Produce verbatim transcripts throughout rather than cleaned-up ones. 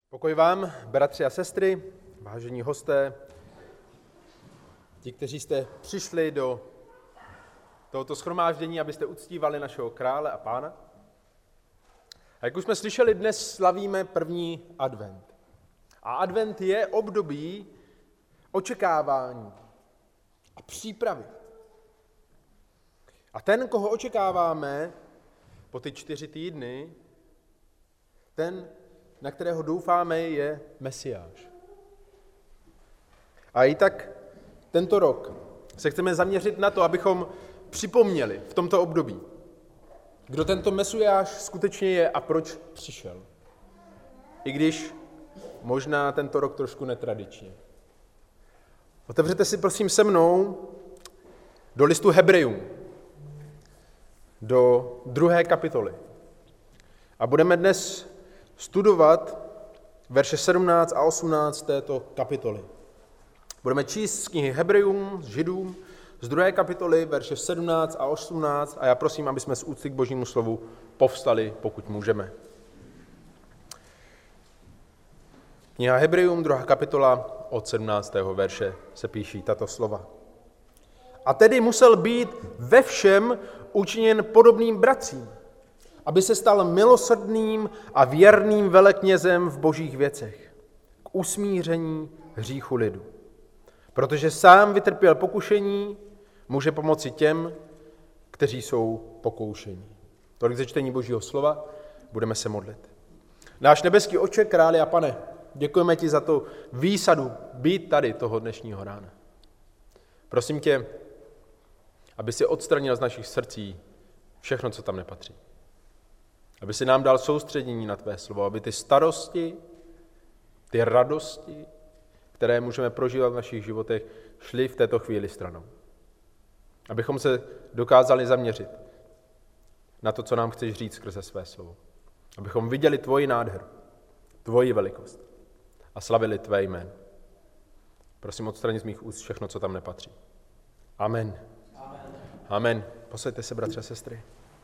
Pokoj vám, bratři a sestry, vážení hosté, ti, kteří jste přišli do tohoto shromáždění, abyste uctívali našeho krále a pána. A jak už jsme slyšeli, dnes slavíme první advent. A advent je období očekávání a přípravy. A ten, koho očekáváme po ty čtyři týdny, ten, na kterého doufáme, je Mesiáš. A i tak tento rok se chceme zaměřit na to, abychom připomněli v tomto období, kdo tento Mesiáš skutečně je a proč přišel. I když možná tento rok trošku netradičně. Otevřete si prosím se mnou do listu Hebrejům, do druhé kapitoly. A budeme dnes studovat verše sedmnáct a osmnáct této kapitoly. Budeme číst z knihy Hebrejům, z Židům, z druhé kapitoly, verše sedmnáct a osmnáct, a já prosím, aby jsme z úcty k Božímu slovu povstali, pokud můžeme. Kniha Hebrejům, druhá kapitola, od sedmnáctého verše se píší tato slova. A tedy musel být ve všem učiněn podobným bratřím, aby se stal milosrdným a věrným veleknězem v božích věcech, k usmíření hříchu lidu. Protože sám vytrpěl pokušení, může pomoci těm, kteří jsou pokoušení. Tolik ze čtení Božího slova, budeme se modlit. Náš nebeský Otče, králi a Pane, děkujeme ti za tu výsadu být tady toho dnešního rána. Prosím tě, aby si odstranil z našich srdcí všechno, co tam nepatří. Aby si nám dal soustředění na tvé slovo, aby ty starosti, ty radosti, které můžeme prožívat v našich životech, šly v této chvíli stranou. Abychom se dokázali zaměřit na to, co nám chceš říct skrze své slovo. Abychom viděli tvoji nádheru, tvoji velikost a slavili tvé jméno. Prosím, odstranit z mých úst všechno, co tam nepatří. Amen. Amen. Amen. Posaďte se, bratře a sestry.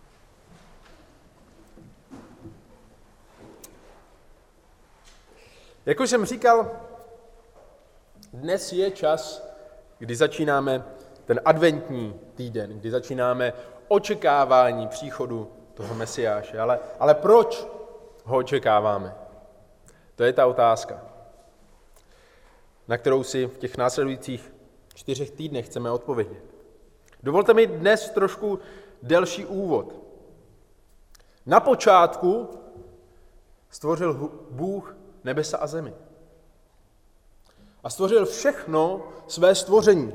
Jak už jsem říkal, dnes je čas, kdy začínáme ten adventní týden, kdy začínáme očekávání příchodu toho Mesiáše. Ale, ale proč ho očekáváme? To je ta otázka, na kterou si v těch následujících čtyřech týdnech chceme odpovědět. Dovolte mi dnes trošku delší úvod. Na počátku stvořil Bůh nebesa a zemi. A stvořil všechno své stvoření.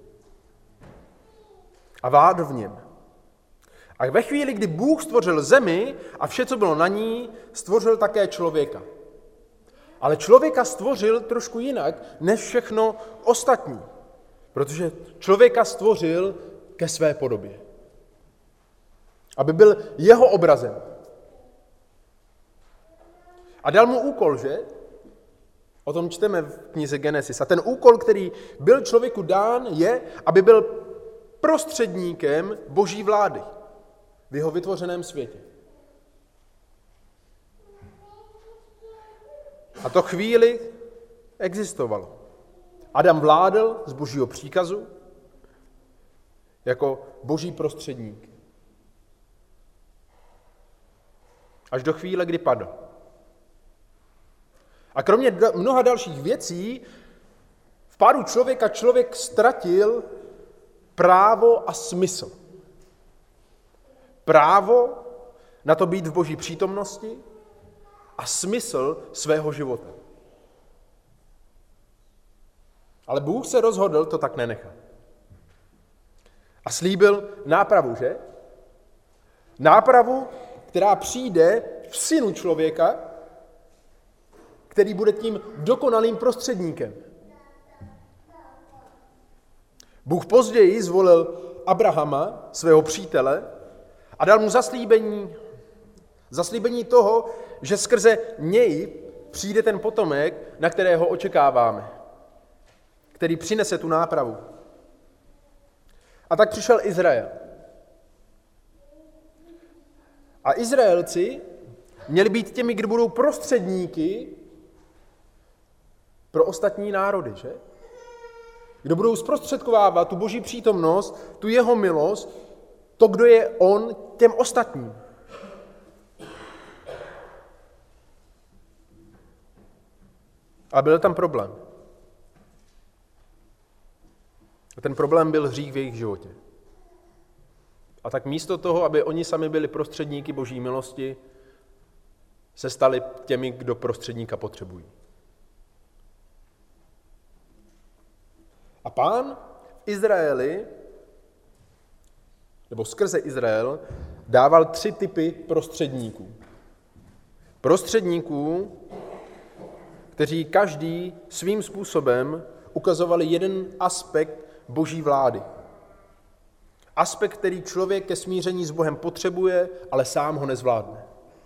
A vládl v něm. A ve chvíli, kdy Bůh stvořil zemi a vše, co bylo na ní, stvořil také člověka. Ale člověka stvořil trošku jinak, než všechno ostatní. Protože člověka stvořil ke své podobě. Aby byl jeho obrazem. A dal mu úkol, že? O tom čteme v knize Genesis. A ten úkol, který byl člověku dán, je, aby byl prostředníkem boží vlády v jeho vytvořeném světě. A to chvíli existovalo. Adam vládl z božího příkazu jako boží prostředník. Až do chvíle, kdy padl. A kromě mnoha dalších věcí, v pádu člověka člověk ztratil právo a smysl. Právo na to být v boží přítomnosti a smysl svého života. Ale Bůh se rozhodl to tak nenechat. A slíbil nápravu, že? Nápravu, která přijde v synu člověka, který bude tím dokonalým prostředníkem. Bůh později zvolil Abrahama, svého přítele, a dal mu zaslíbení, zaslíbení toho, že skrze něj přijde ten potomek, na kterého očekáváme, který přinese tu nápravu. A tak přišel Izrael. A Izraelci měli být těmi, kdo budou prostředníky pro ostatní národy, že? Kdo budou zprostředkovávat tu boží přítomnost, tu jeho milost, to, kdo je on, těm ostatním. A byl tam problém. A ten problém byl hřích v jejich životě. A tak místo toho, aby oni sami byli prostředníky boží milosti, se stali těmi, kdo prostředníka potřebují. A Pán v Izraeli, nebo skrze Izrael, dával tři typy prostředníků. Prostředníků, kteří každý svým způsobem ukazovali jeden aspekt boží vlády. Aspekt, který člověk ke smíření s Bohem potřebuje, ale sám ho nezvládne.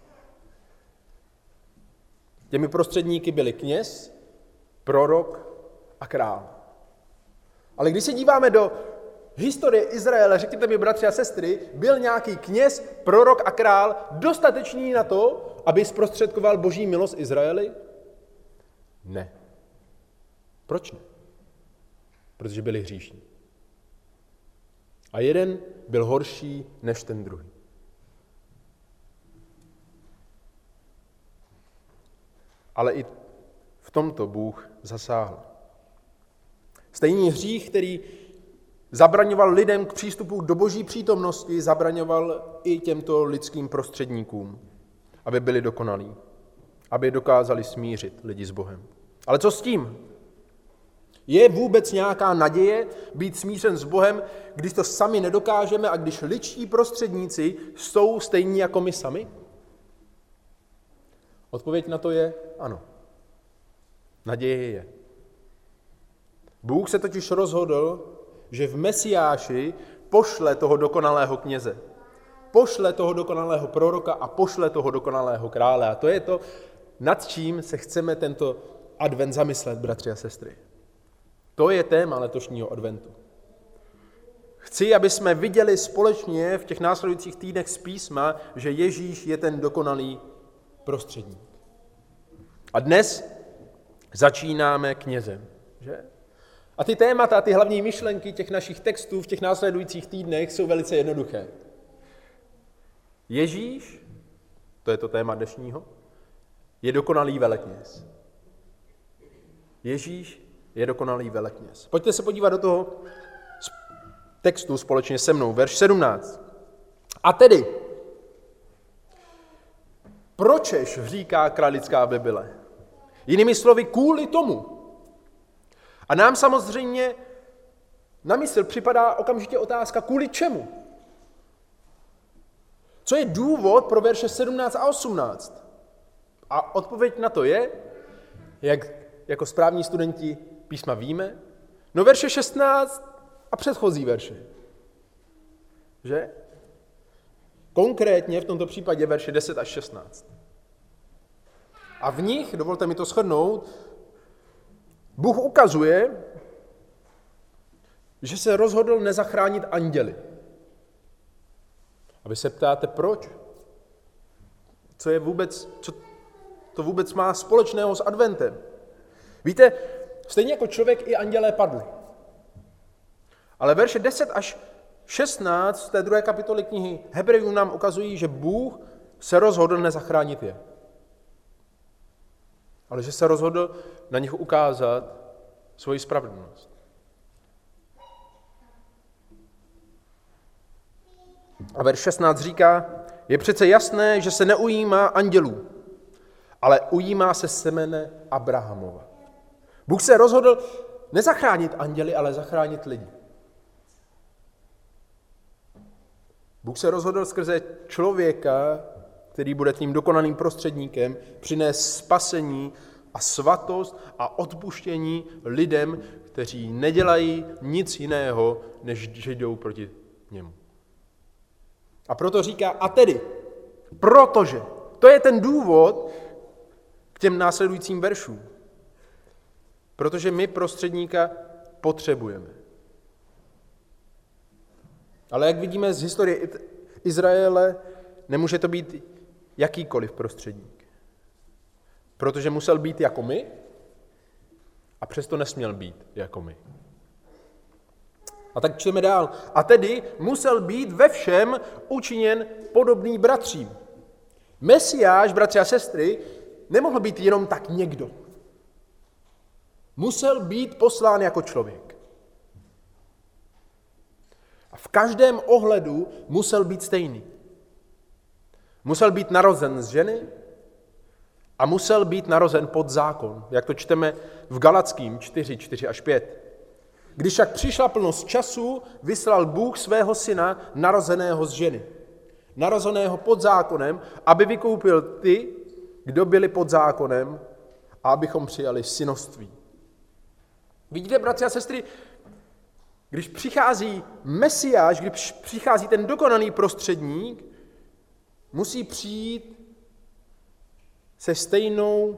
Těmi prostředníky byli kněz, prorok a král. Ale když se díváme do historie Izraele, řekněte mi, bratři a sestry, byl nějaký kněz, prorok a král dostatečný na to, aby zprostředkoval boží milost Izraeli? Ne. Proč ne? Protože byli hříšní. A jeden byl horší než ten druhý. Ale i v tomto Bůh zasáhl. Stejný hřích, který zabraňoval lidem k přístupu do boží přítomnosti, zabraňoval i těmto lidským prostředníkům, aby byli dokonalí, aby dokázali smířit lidi s Bohem. Ale co s tím? Je vůbec nějaká naděje být smířen s Bohem, když to sami nedokážeme a když lidští prostředníci jsou stejní jako my sami? Odpověď na to je ano. Naděje je. Bůh se totiž rozhodl, že v Mesiáši pošle toho dokonalého kněze, pošle toho dokonalého proroka a pošle toho dokonalého krále. A to je to, nad čím se chceme tento advent zamyslet, bratři a sestry. To je téma letošního adventu. Chci, aby jsme viděli společně v těch následujících týdnech z písma, že Ježíš je ten dokonalý prostředník. A dnes začínáme knězem, že? A ty témata, ty hlavní myšlenky těch našich textů v těch následujících týdnech jsou velice jednoduché. Ježíš, to je to téma dnešního, je dokonalý velekněz. Ježíš je dokonalý velekněz. Pojďte se podívat do toho textu společně se mnou, verš sedmnáct. A tedy, pročež říká kralická Bible? Jinými slovy, kvůli tomu. A nám samozřejmě na mysl připadá okamžitě otázka, kvůli čemu? Co je důvod pro verše sedmnáct a osmnáct? A odpověď na to je, jak jako správní studenti písma víme, no verše šestnáct a předchozí verše. Že? Konkrétně v tomto případě verše deset až šestnáct. A v nich, dovolte mi to shrnout, Bůh ukazuje, že se rozhodl nezachránit anděly. A vy se ptáte, proč? Co je vůbec, co to vůbec má společného s adventem? Víte, stejně jako člověk i andělé padli. Ale verše deset až šestnáct z té druhé kapitoly knihy Hebrejům nám ukazují, že Bůh se rozhodl nezachránit je. Ale že se rozhodl na nich ukázat svoji spravedlnost. A verš šestnáct říká, je přece jasné, že se neujímá andělů, ale ujímá se semene Abrahamova. Bůh se rozhodl nezachránit anděly, ale zachránit lidi. Bůh se rozhodl skrze člověka, který bude tím dokonalým prostředníkem, přinést spasení a svatost a odpuštění lidem, kteří nedělají nic jiného, než že jdou proti němu. A proto říká, a tedy, protože, to je ten důvod k těm následujícím veršům. Protože my prostředníka potřebujeme. Ale jak vidíme z historie Izraele, nemůže to být jakýkoliv prostředník. Protože musel být jako my, přesto nesměl být jako my. A tak čteme dál. A tedy musel být ve všem učiněn podobný bratřím. Mesiáš, bratři a sestry, nemohl být jenom tak někdo. Musel být poslán jako člověk. A v každém ohledu musel být stejný. Musel být narozen z ženy a musel být narozen pod zákon, jak to čteme v Galackým čtyři, čtyři až pět. Když však přišla plnost času, vyslal Bůh svého syna narozeného z ženy. Narozeného pod zákonem, aby vykoupil ty, kdo byli pod zákonem, a abychom přijali synoství. Vidíte, bratři a sestry, když přichází Mesiáš, když přichází ten dokonalý prostředník, musí přijít se stejnou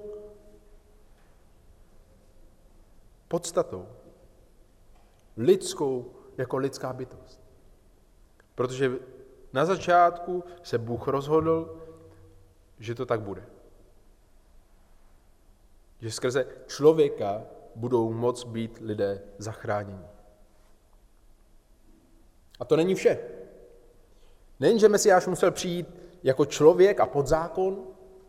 podstatou. Lidskou jako lidská bytost. Protože na začátku se Bůh rozhodl, že to tak bude. Že skrze člověka budou moct být lidé zachráněni. A to není vše. Nejenže Mesiáš musel přijít jako člověk a pod zákon,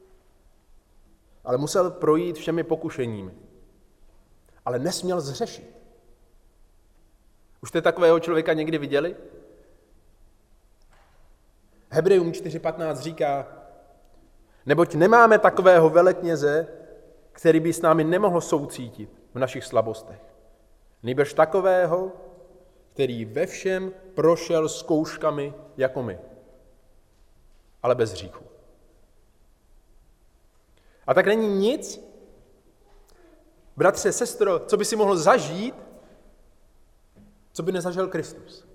ale musel projít všemi pokušeními. Ale nesměl zhřešit. Už jste takového člověka někdy viděli? Hebrejům čtyři patnáct říká, neboť nemáme takového velekněze, který by s námi nemohl soucítit v našich slabostech. Nýbrž takového, který ve všem prošel zkouškami jako my, ale bez hříchu. A tak není nic, bratře, sestro, co by si mohl zažít, co by nezažil Kristus.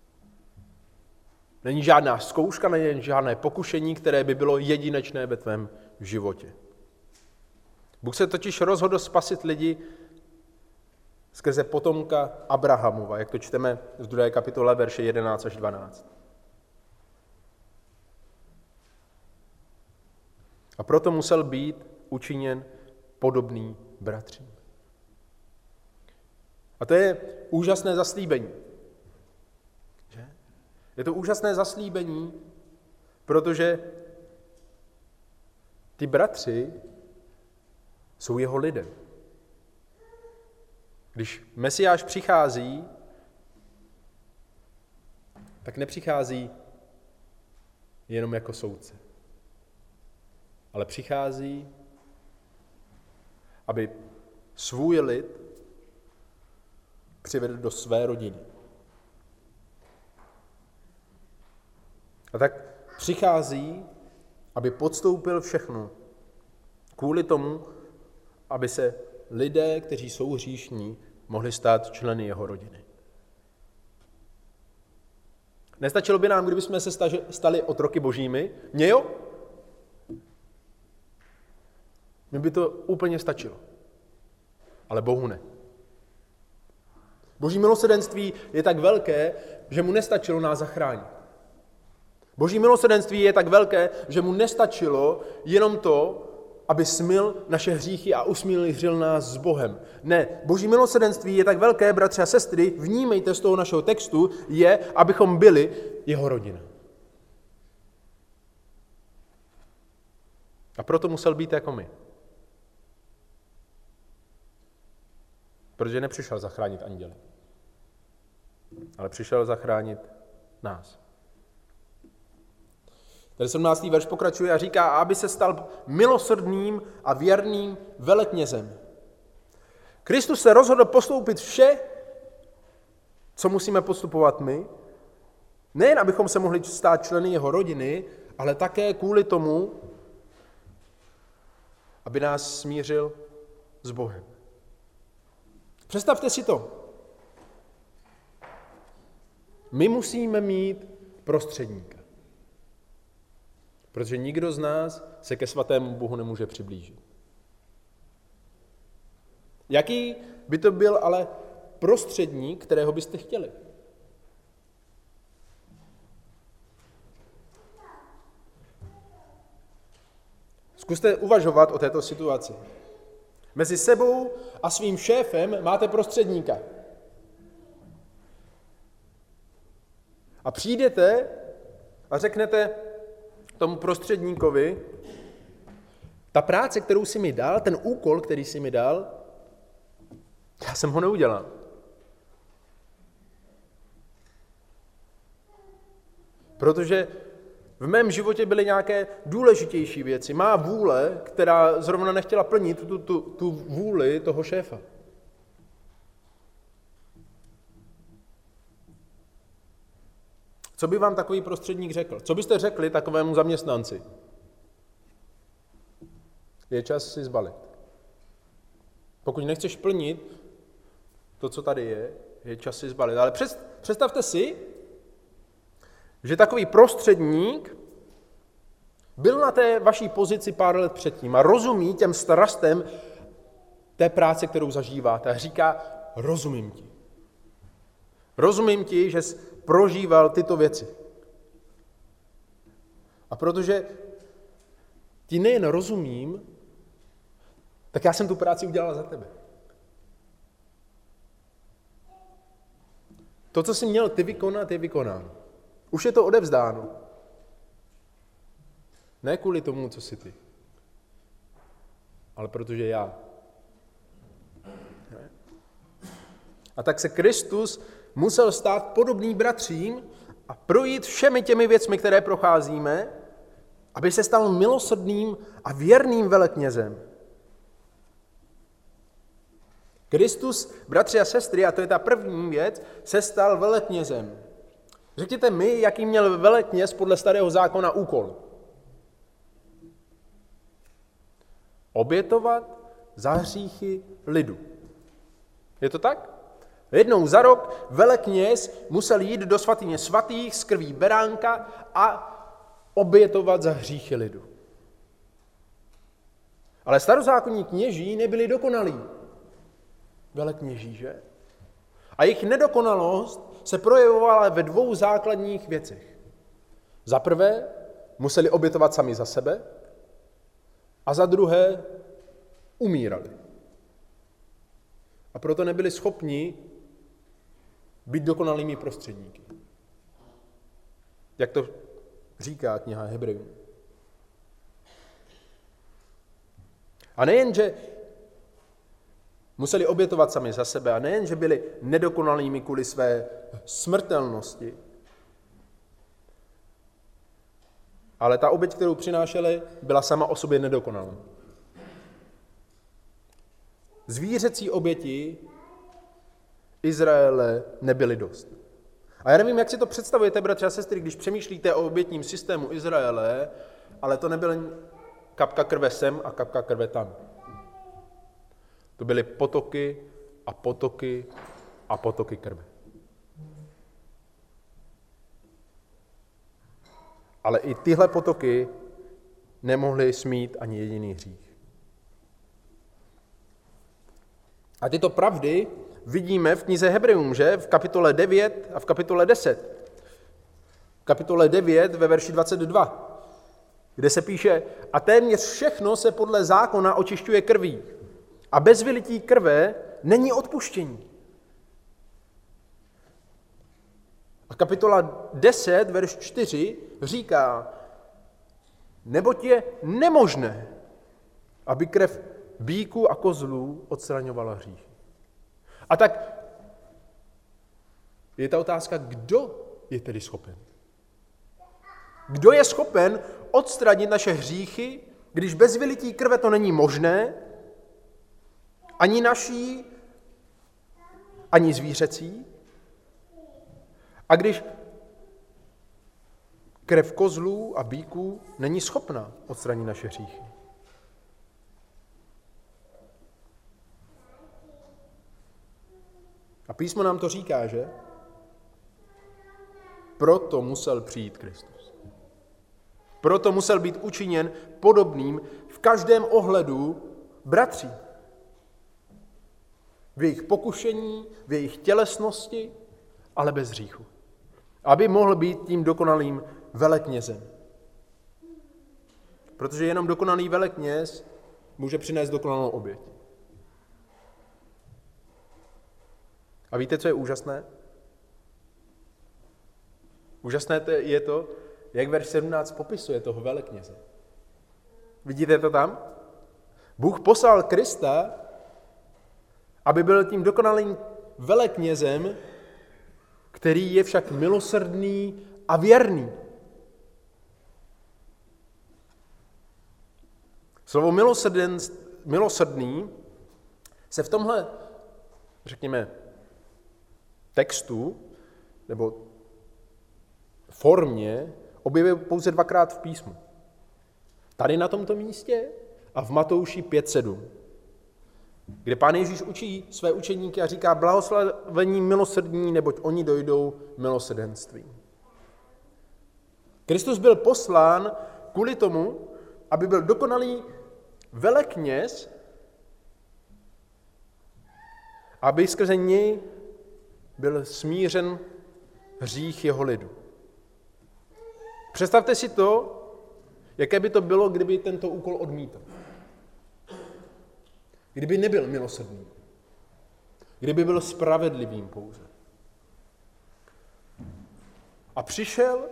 Není žádná zkouška, není žádné pokušení, které by bylo jedinečné ve tvém životě. Bůh se totiž rozhodl spasit lidi skrze potomka Abrahamova, jak to čteme v druhé kapitole verše jedenáct až dvanáct. A proto musel být učiněn podobný bratřím. A to je úžasné zaslíbení. Že? Je to úžasné zaslíbení, protože ty bratři jsou jeho lidé. Když Mesiáš přichází, tak nepřichází jenom jako soudce, ale přichází, aby svůj lid přivedl do své rodiny. A tak přichází, aby podstoupil všechno kvůli tomu, aby se lidé, kteří jsou hříšní, mohli stát členy jeho rodiny. Nestačilo by nám, kdybychom se stali otroky božími? Mně jo? Mně by to úplně stačilo. Ale Bohu ne. Boží milosrdenství je tak velké, že mu nestačilo nás zachránit. Boží milosrdenství je tak velké, že mu nestačilo jenom to, aby smyl naše hříchy a usmířil nás s Bohem. Ne, Boží milosrdenství je tak velké, bratři a sestry, vnímejte z toho našeho textu, je, abychom byli jeho rodina. A proto musel být jako my. Protože nepřišel zachránit anděly, ale přišel zachránit nás. Tady sedmnáctý verš pokračuje a říká, aby se stal milosrdným a věrným veleknězem. Kristus se rozhodl postoupit vše, co musíme postupovat my, nejen abychom se mohli stát členy jeho rodiny, ale také kvůli tomu, aby nás smířil s Bohem. Představte si to. My musíme mít prostředníka. Protože nikdo z nás se ke svatému Bohu nemůže přiblížit. Jaký by to byl ale prostředník, kterého byste chtěli? Zkuste uvažovat o této situaci. Mezi sebou a svým šéfem máte prostředníka. A přijdete a řeknete tomu prostředníkovi, ta práce, kterou jsi mi dal, ten úkol, který jsi mi dal, já jsem ho neudělal. Protože v mém životě byly nějaké důležitější věci. Má vůle, která zrovna nechtěla plnit tu, tu, tu vůli toho šéfa. Co by vám takový prostředník řekl? Co byste řekli takovému zaměstnanci? Je čas si zbalit. Pokud nechceš plnit to, co tady je, je čas si zbalit. Ale představte si, že takový prostředník byl na té vaší pozici pár let předtím a rozumí těm starostem té práce, kterou zažíváte. A říká, rozumím ti. Rozumím ti, že jsi prožíval tyto věci. A protože ti nejen rozumím, tak já jsem tu práci udělal za tebe. To, co jsi měl ty vykonat, je vykonáno. Už je to odevzdáno. Ne kvůli tomu, co jsi ty, ale protože já. A tak se Kristus musel stát podobný bratřím a projít všemi těmi věcmi, které procházíme, aby se stal milosrdným a věrným veleknězem. Kristus, bratři a sestry, a to je ta první věc, se stal veleknězem. Řekněte mi, jaký měl velekněz podle starého zákona úkol. Obětovat za hříchy lidu. Je to tak? Jednou za rok velekněz musel jít do svatyně svatých z krví beránka a obětovat za hříchy lidu. Ale starozákonní kněží nebyli dokonalí. Velekněží, že? A jejich nedokonalost se projevovala ve dvou základních věcech. Za prvé museli obětovat sami za sebe a za druhé umírali. A proto nebyli schopni být dokonalými prostředníky. Jak to říká kniha Hebrejům. A nejen, že museli obětovat sami za sebe, a nejen, že byli nedokonalými kvůli své smrtelnosti, ale ta oběť, kterou přinášeli, byla sama o sobě nedokonalá. Zvířecí oběti Izraele nebyly dost. A já nevím, jak si to představujete, bratři a sestry, když přemýšlíte o obětním systému Izraele, ale to nebyla kapka krve sem a kapka krve tam. To byly potoky a potoky a potoky krve. Ale i tyhle potoky nemohly smít ani jediný hřích. A tyto pravdy vidíme v knize Hebrejům, že? V kapitole devět a v kapitole deset. V kapitole devět ve verši dvacet dva, kde se píše, a téměř všechno se podle zákona očišťuje krví. A bez vylití krve není odpuštění. A kapitola deset, verš čtyři říká, neboť je nemožné, aby krev býků a kozlů odstraňovala hřích. A tak je ta otázka, kdo je tedy schopen? Kdo je schopen odstranit naše hříchy, když bez vylití krve to není možné, ani naší, ani zvířecí? A když krev kozlů a býků není schopna odstranit naše hříchy? A písmo nám to říká, že? Proto musel přijít Kristus. Proto musel být učiněn podobným v každém ohledu bratří. V jejich pokušení, v jejich tělesnosti, ale bez hříchu. Aby mohl být tím dokonalým veleknězem. Protože jenom dokonalý velekněz může přinést dokonalou oběť. A víte, co je úžasné? Úžasné je to, jak verš sedmnáct popisuje toho velekněze. Vidíte to tam? Bůh poslal Krista, aby byl tím dokonalým veleknězem, který je však milosrdný a věrný. Slovo milosrden, milosrdný se v tomhle, řekněme, textu nebo formě objevuje pouze dvakrát v písmu. Tady na tomto místě a v Matouši pět sedm, kde Pán Ježíš učí své učeníky a říká: blahoslavení milosrdní, neboť oni dojdou milosrdenství. Kristus byl poslán kvůli tomu, aby byl dokonalý velekněz, aby skrze něj byl smířen hřích jeho lidu. Představte si to, jaké by to bylo, kdyby tento úkol odmítl. Kdyby nebyl milosrdný. Kdyby byl spravedlivým pouze. A přišel,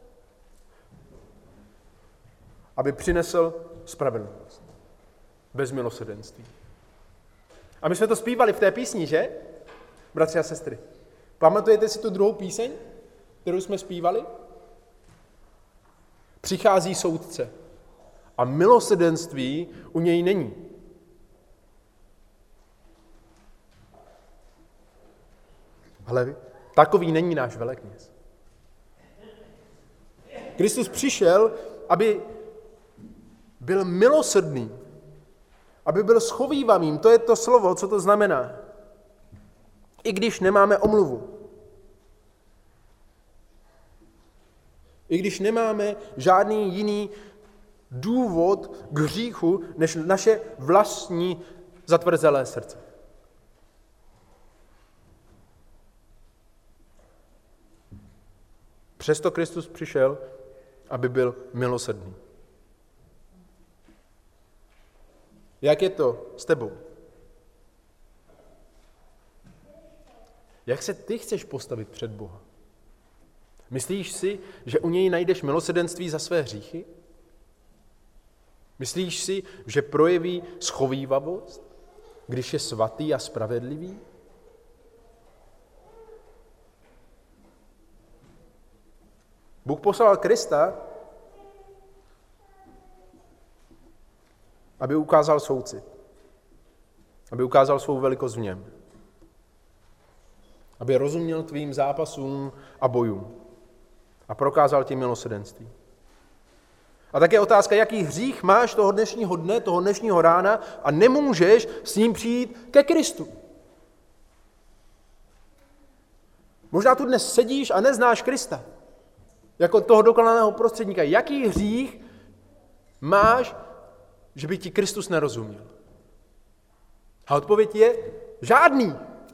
aby přinesl spravedlnost. Bez milosrdenství. A my jsme to zpívali v té písni, že? Bratři a sestry. Pamatujete si tu druhou píseň, kterou jsme zpívali? Přichází soudce a milosrdenství u něj není. Ale takový není náš velekněz. Kristus přišel, aby byl milosrdný, aby byl schovívavým. To je to slovo, co to znamená. I když nemáme omluvu. I když nemáme žádný jiný důvod k hříchu, než naše vlastní zatvrzelé srdce. Přesto Kristus přišel, aby byl milosrdný. Jak je to s tebou? Jak se ty chceš postavit před Boha? Myslíš si, že u něj najdeš milosrdenství za své hříchy? Myslíš si, že projeví schovívavost, když je svatý a spravedlivý? Bůh poslal Krista, aby ukázal soucit, aby ukázal svou velikost v něm, aby rozuměl tvým zápasům a bojům a prokázal ti milosrdenství. A také otázka, jaký hřích máš toho dnešního dne, toho dnešního rána a nemůžeš s ním přijít ke Kristu. Možná tu dnes sedíš a neznáš Krista jako toho dokonalého prostředníka. Jaký hřích máš, že by ti Kristus nerozuměl? A odpověď je žádný.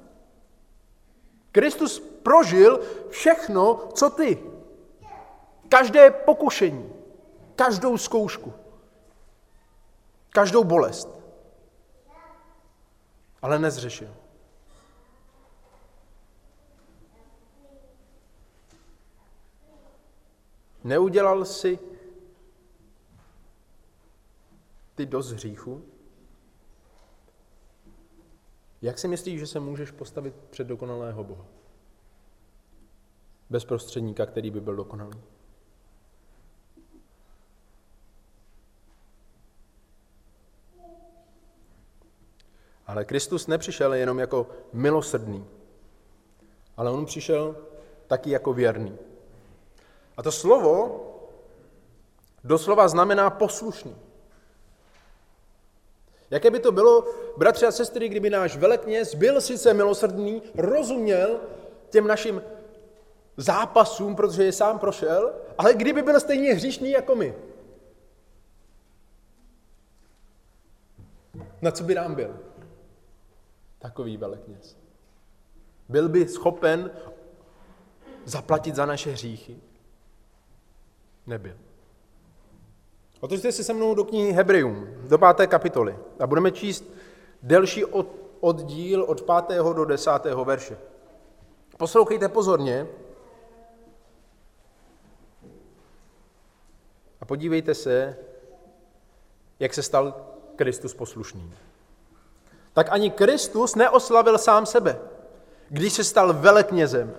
Kristus prožil všechno, co ty. Každé pokušení, každou zkoušku, každou bolest. Ale nezřešil. Neudělal si ty dost hříchu? Jak si myslíš, že se můžeš postavit před dokonalého Boha? Bez prostředníka, který by byl dokonalý. Ale Kristus nepřišel jenom jako milosrdný, ale on přišel taky jako věrný. A to slovo doslova znamená poslušný. Jaké by to bylo, bratři a sestry, kdyby náš velekněz byl sice milosrdný, rozuměl těm našim zápasům, protože je sám prošel, ale kdyby byl stejně hříšný jako my. Na co by nám byl takový velekněz? Byl by schopen zaplatit za naše hříchy? Nebyl. Otevřte se se mnou do knihy Hebrejům, do páté kapitoly a budeme číst delší oddíl od pátého do desátého verše. Poslouchejte pozorně a podívejte se, jak se stal Kristus poslušným. Tak ani Kristus neoslavil sám sebe, když se stal veleknězem.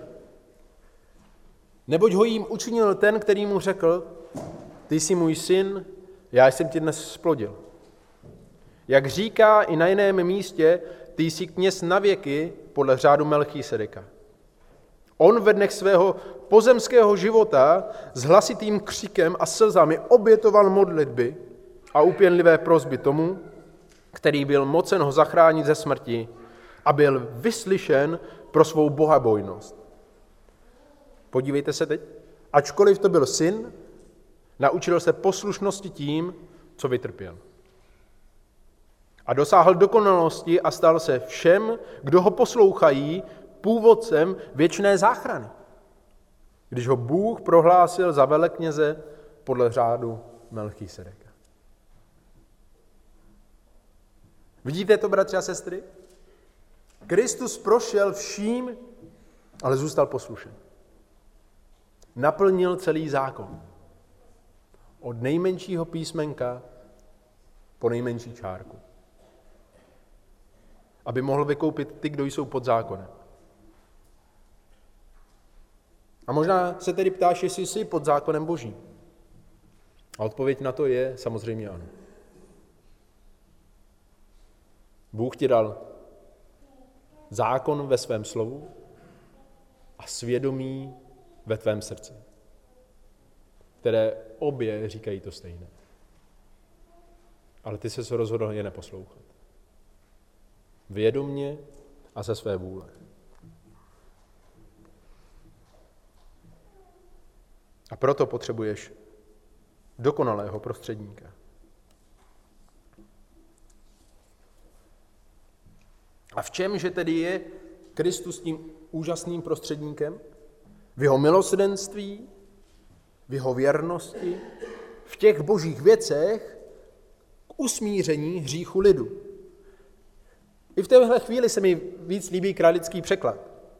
Neboť ho jím učinil ten, který mu řekl, ty jsi můj syn, já jsem tě dnes splodil. Jak říká i na jiném místě, ty jsi kněz na věky podle řádu Melchísedeka. On ve dnech svého pozemského života s hlasitým křikem a slzami obětoval modlitby a úpěnlivé prosby tomu, který byl mocen ho zachránit ze smrti a byl vyslyšen pro svou bohabojnost. Podívejte se teď. Ačkoliv to byl syn, naučil se poslušnosti tím, co vytrpěl. A dosáhl dokonalosti a stal se všem, kdo ho poslouchají, původcem věčné záchrany. Když ho Bůh prohlásil za velekněze podle řádu Melchísedeka. Vidíte to, bratři a sestry? Kristus prošel vším, ale zůstal poslušen. Naplnil celý zákon. Od nejmenšího písmenka po nejmenší čárku. Aby mohl vykoupit ty, kdo jsou pod zákonem. A možná se tedy ptáš, jestli jsi pod zákonem Božím. A odpověď na to je samozřejmě ano. Bůh ti dal zákon ve svém slovu a svědomí ve tvém srdci, které obě říkají to stejné. Ale ty ses rozhodl je neposlouchat. Vědomně a ze své vůle. A proto potřebuješ dokonalého prostředníka. A v čemže tedy je Kristus tím úžasným prostředníkem? V jeho milosrdenství, v jeho věrnosti, v těch božích věcech k usmíření hříchu lidu. I v téhle chvíli se mi víc líbí kralický překlad,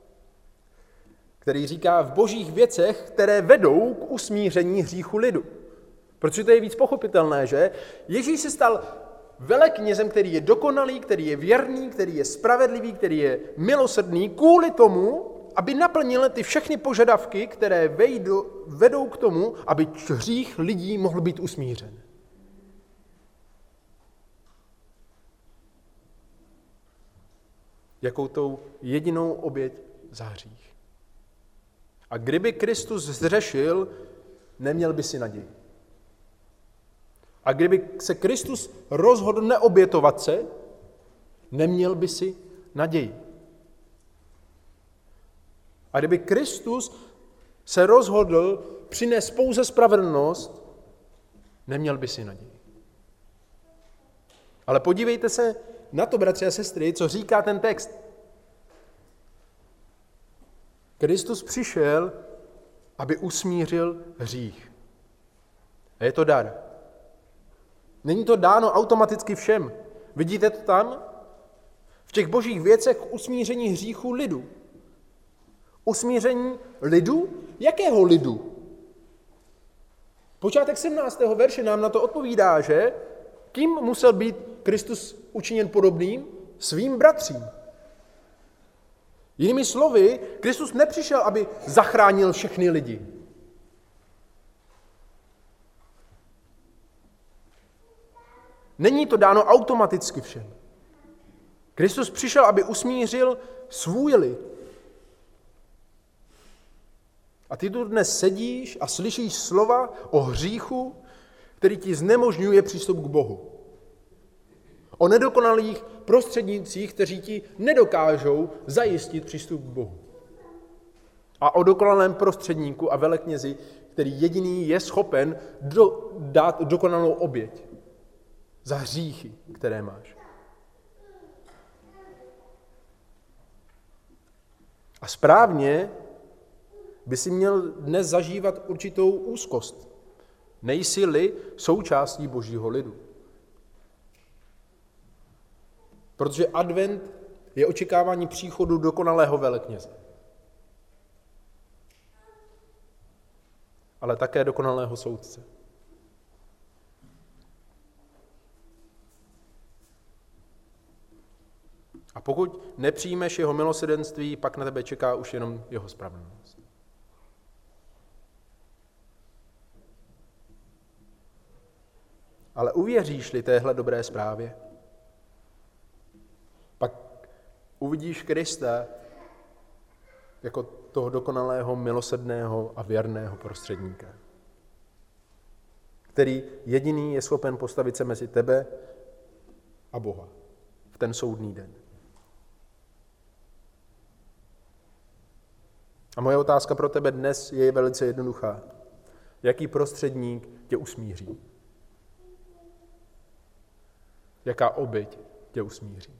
který říká v božích věcech, které vedou k usmíření hříchu lidu. Protože to je víc pochopitelné, že? Ježíš se stal veleknězem, který je dokonalý, který je věrný, který je spravedlivý, který je milosrdný, kvůli tomu, aby naplnil ty všechny požadavky, které vejdou, vedou k tomu, aby hřích lidí mohl být usmířen. Jakou tou jedinou oběť za hřích. A kdyby Kristus zřešil, neměl by si naději. A kdyby se Kristus rozhodl neobětovat se, neměl by si naději. A kdyby Kristus se rozhodl přinést pouze spravedlnost, neměl by si naději. Ale podívejte se na to, bratři a sestry, co říká ten text. Kristus přišel, aby usmířil hřích. A je to dar. Není to dáno automaticky všem. Vidíte to tam? V těch božích věcech k usmíření hříchu lidu. Usmíření lidu? Jakého lidu? Počátek sedmnáctého verše nám na to odpovídá, že kým musel být Kristus učiněn podobným? Svým bratřím. Jinými slovy, Kristus nepřišel, aby zachránil všechny lidi. Není to dáno automaticky všem. Kristus přišel, aby usmířil svůj lid. A ty tu dnes sedíš a slyšíš slova o hříchu, který ti znemožňuje přístup k Bohu. O nedokonalých prostřednících, kteří ti nedokážou zajistit přístup k Bohu. A o dokonalém prostředníku a veleknězi, který jediný je schopen do, dát dokonalou oběť za hříchy, které máš. A správně by si měl dnes zažívat určitou úzkost. Nejsi-li součástí božího lidu. Protože advent je očekávání příchodu dokonalého velekněze. ale také dokonalého soudce. A pokud nepřijmeš jeho milosrdenství, pak na tebe čeká už jenom jeho spravedlnost. Ale uvěříš-li téhle dobré zprávě, pak uvidíš Krista jako toho dokonalého, milosrdného a věrného prostředníka, který jediný je schopen postavit se mezi tebe a Boha v ten soudný den. A moje otázka pro tebe dnes je velice jednoduchá. Jaký prostředník tě usmíří? Jaká oběť tě usmíří?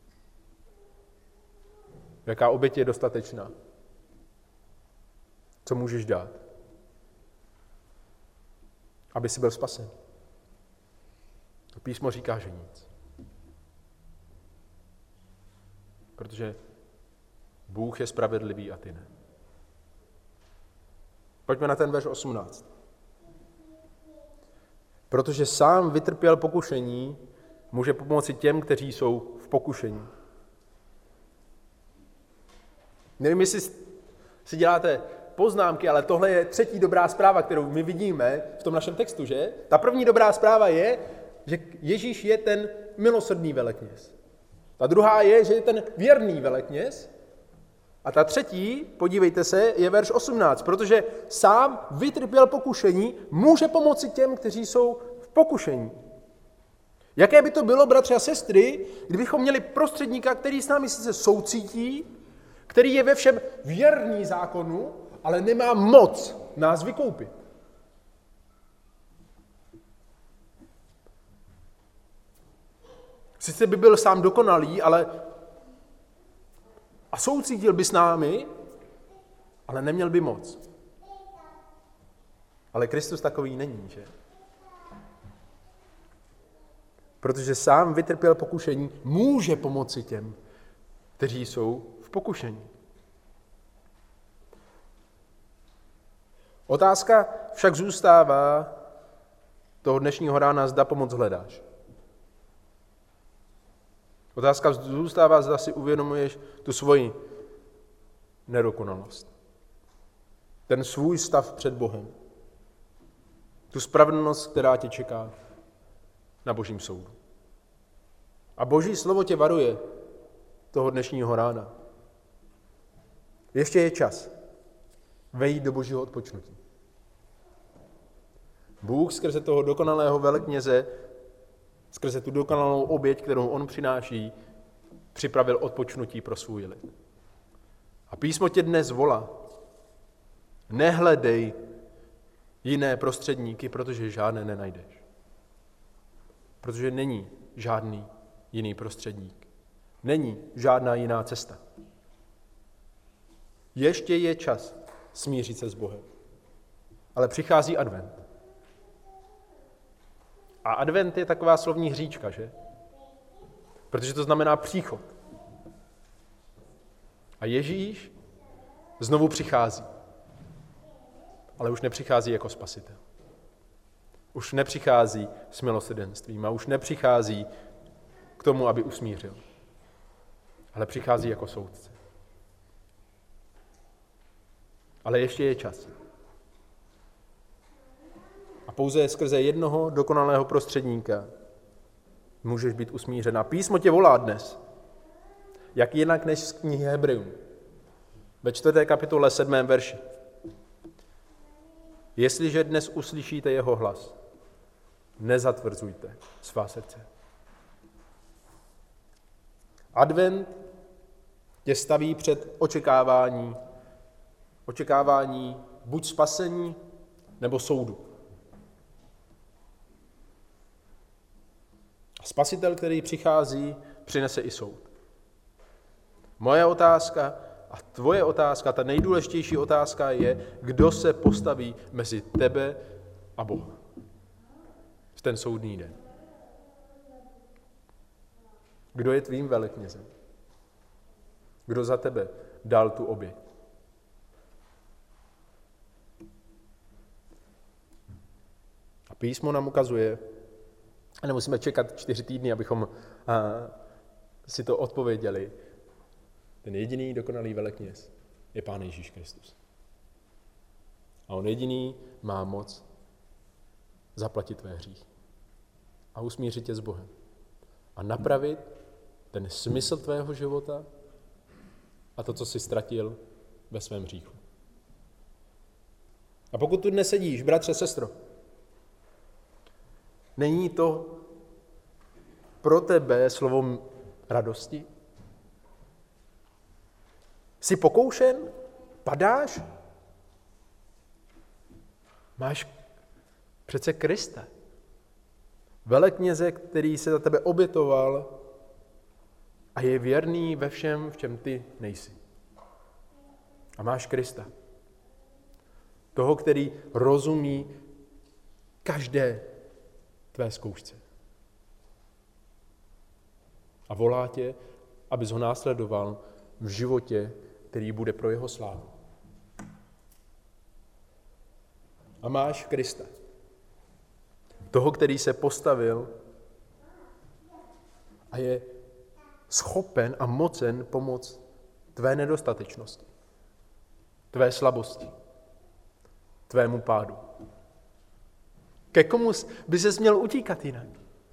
Jaká oběť je dostatečná? Co můžeš dát? Aby jsi byl spasen. To písmo říká, že nic. Protože Bůh je spravedlivý a ty ne. Pojďme na ten verš osmnáct. Protože sám vytrpěl pokušení, může pomoci těm, kteří jsou v pokušení. Nevím, jestli si děláte poznámky, ale tohle je třetí dobrá zpráva, kterou my vidíme v tom našem textu, že? Ta první dobrá zpráva je, že Ježíš je ten milosrdný velekněz. Ta druhá je, že je ten věrný velekněz. A ta třetí, podívejte se, je verš osmnáct, protože sám vytrpěl pokušení, může pomoci těm, kteří jsou v pokušení. Jaké by to bylo, bratři a sestry, kdybychom měli prostředníka, který s námi sice soucítí, který je ve všem věrný zákonu, ale nemá moc nás vykoupit. Sice by byl sám dokonalý, ale a soucítil by s námi, ale neměl by moc. Ale Kristus takový není, že? Protože sám vytrpěl pokušení, může pomoci těm, kteří jsou v pokušení. Otázka však zůstává toho dnešního rána, zda pomoc hledáš. Otázka zůstává, zda si uvědomuješ tu svoji nedokonalost. Ten svůj stav před Bohem. Tu spravedlnost, která tě čeká na Božím soudu. A Boží slovo tě varuje toho dnešního rána. Ještě je čas vejít do Božího odpočnutí. Bůh skrze toho dokonalého velekněze, skrze tu dokonalou oběť, kterou on přináší, připravil odpočnutí pro svůj lid. A písmo tě dnes volá. Nehledej jiné prostředníky, protože žádné nenajdeš. Protože není žádný jiný prostředník. Není žádná jiná cesta. Ještě je čas smířit se s Bohem. Ale přichází advent. A advent je taková slovní hříčka, že? Protože to znamená příchod. A Ježíš znovu přichází. Ale už nepřichází jako spasitel. Už nepřichází s milosrdenstvím a už nepřichází k tomu, aby usmířil. Ale přichází jako soudce. Ale ještě je čas. A pouze skrze jednoho dokonalého prostředníka můžeš být usmířen. A písmo tě volá dnes. Jak jinak než z knihy Hebrejům. Ve čtvrté kapitole sedmém verši. Jestliže dnes uslyšíte jeho hlas, nezatvrzujte svá srdce. Advent tě staví před očekávání, očekávání buď spasení, nebo soudu. Spasitel, který přichází, přinese i soud. Moje otázka a tvoje otázka, ta nejdůležitější otázka je, kdo se postaví mezi tebe a Boha v ten soudný den. Kdo je tvým veleknězem? Kdo za tebe dal tu oběť? Písmo nám ukazuje, a nemusíme čekat čtyři týdny, abychom a, si to odpověděli. Ten jediný dokonalý velekněz je Pán Ježíš Kristus. A on jediný má moc zaplatit tvé hříchy a usmířit tě s Bohem a napravit ten smysl tvého života a to, co jsi ztratil ve svém hříchu. A pokud tu dnes sedíš, bratře, sestro, není to pro tebe slovo radosti? Jsi pokoušen? Padáš? Máš přece Krista. Velekněze, který se za tebe obětoval a je věrný ve všem, v čem ty nejsi. A máš Krista. Toho, který rozumí každé tvé zkoušce. A volá tě, abys ho následoval v životě, který bude pro jeho slávu. A máš Krista. Toho, který se postavil a je schopen a mocen pomoct tvé nedostatečnosti, tvé slabosti, tvému pádu. Ke komu by ses měl utíkat jinak?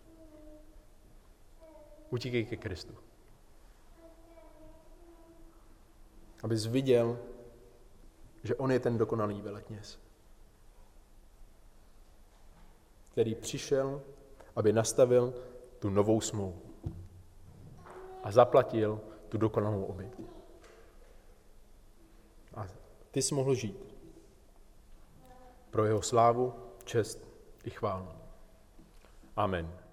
Utíkej ke Kristu. Abys viděl, že on je ten dokonalý velekněz, který přišel, aby nastavil tu novou smlouvu a zaplatil tu dokonalou oběť. A ty jsi mohl žít pro jeho slávu, čest i chválu. Amen.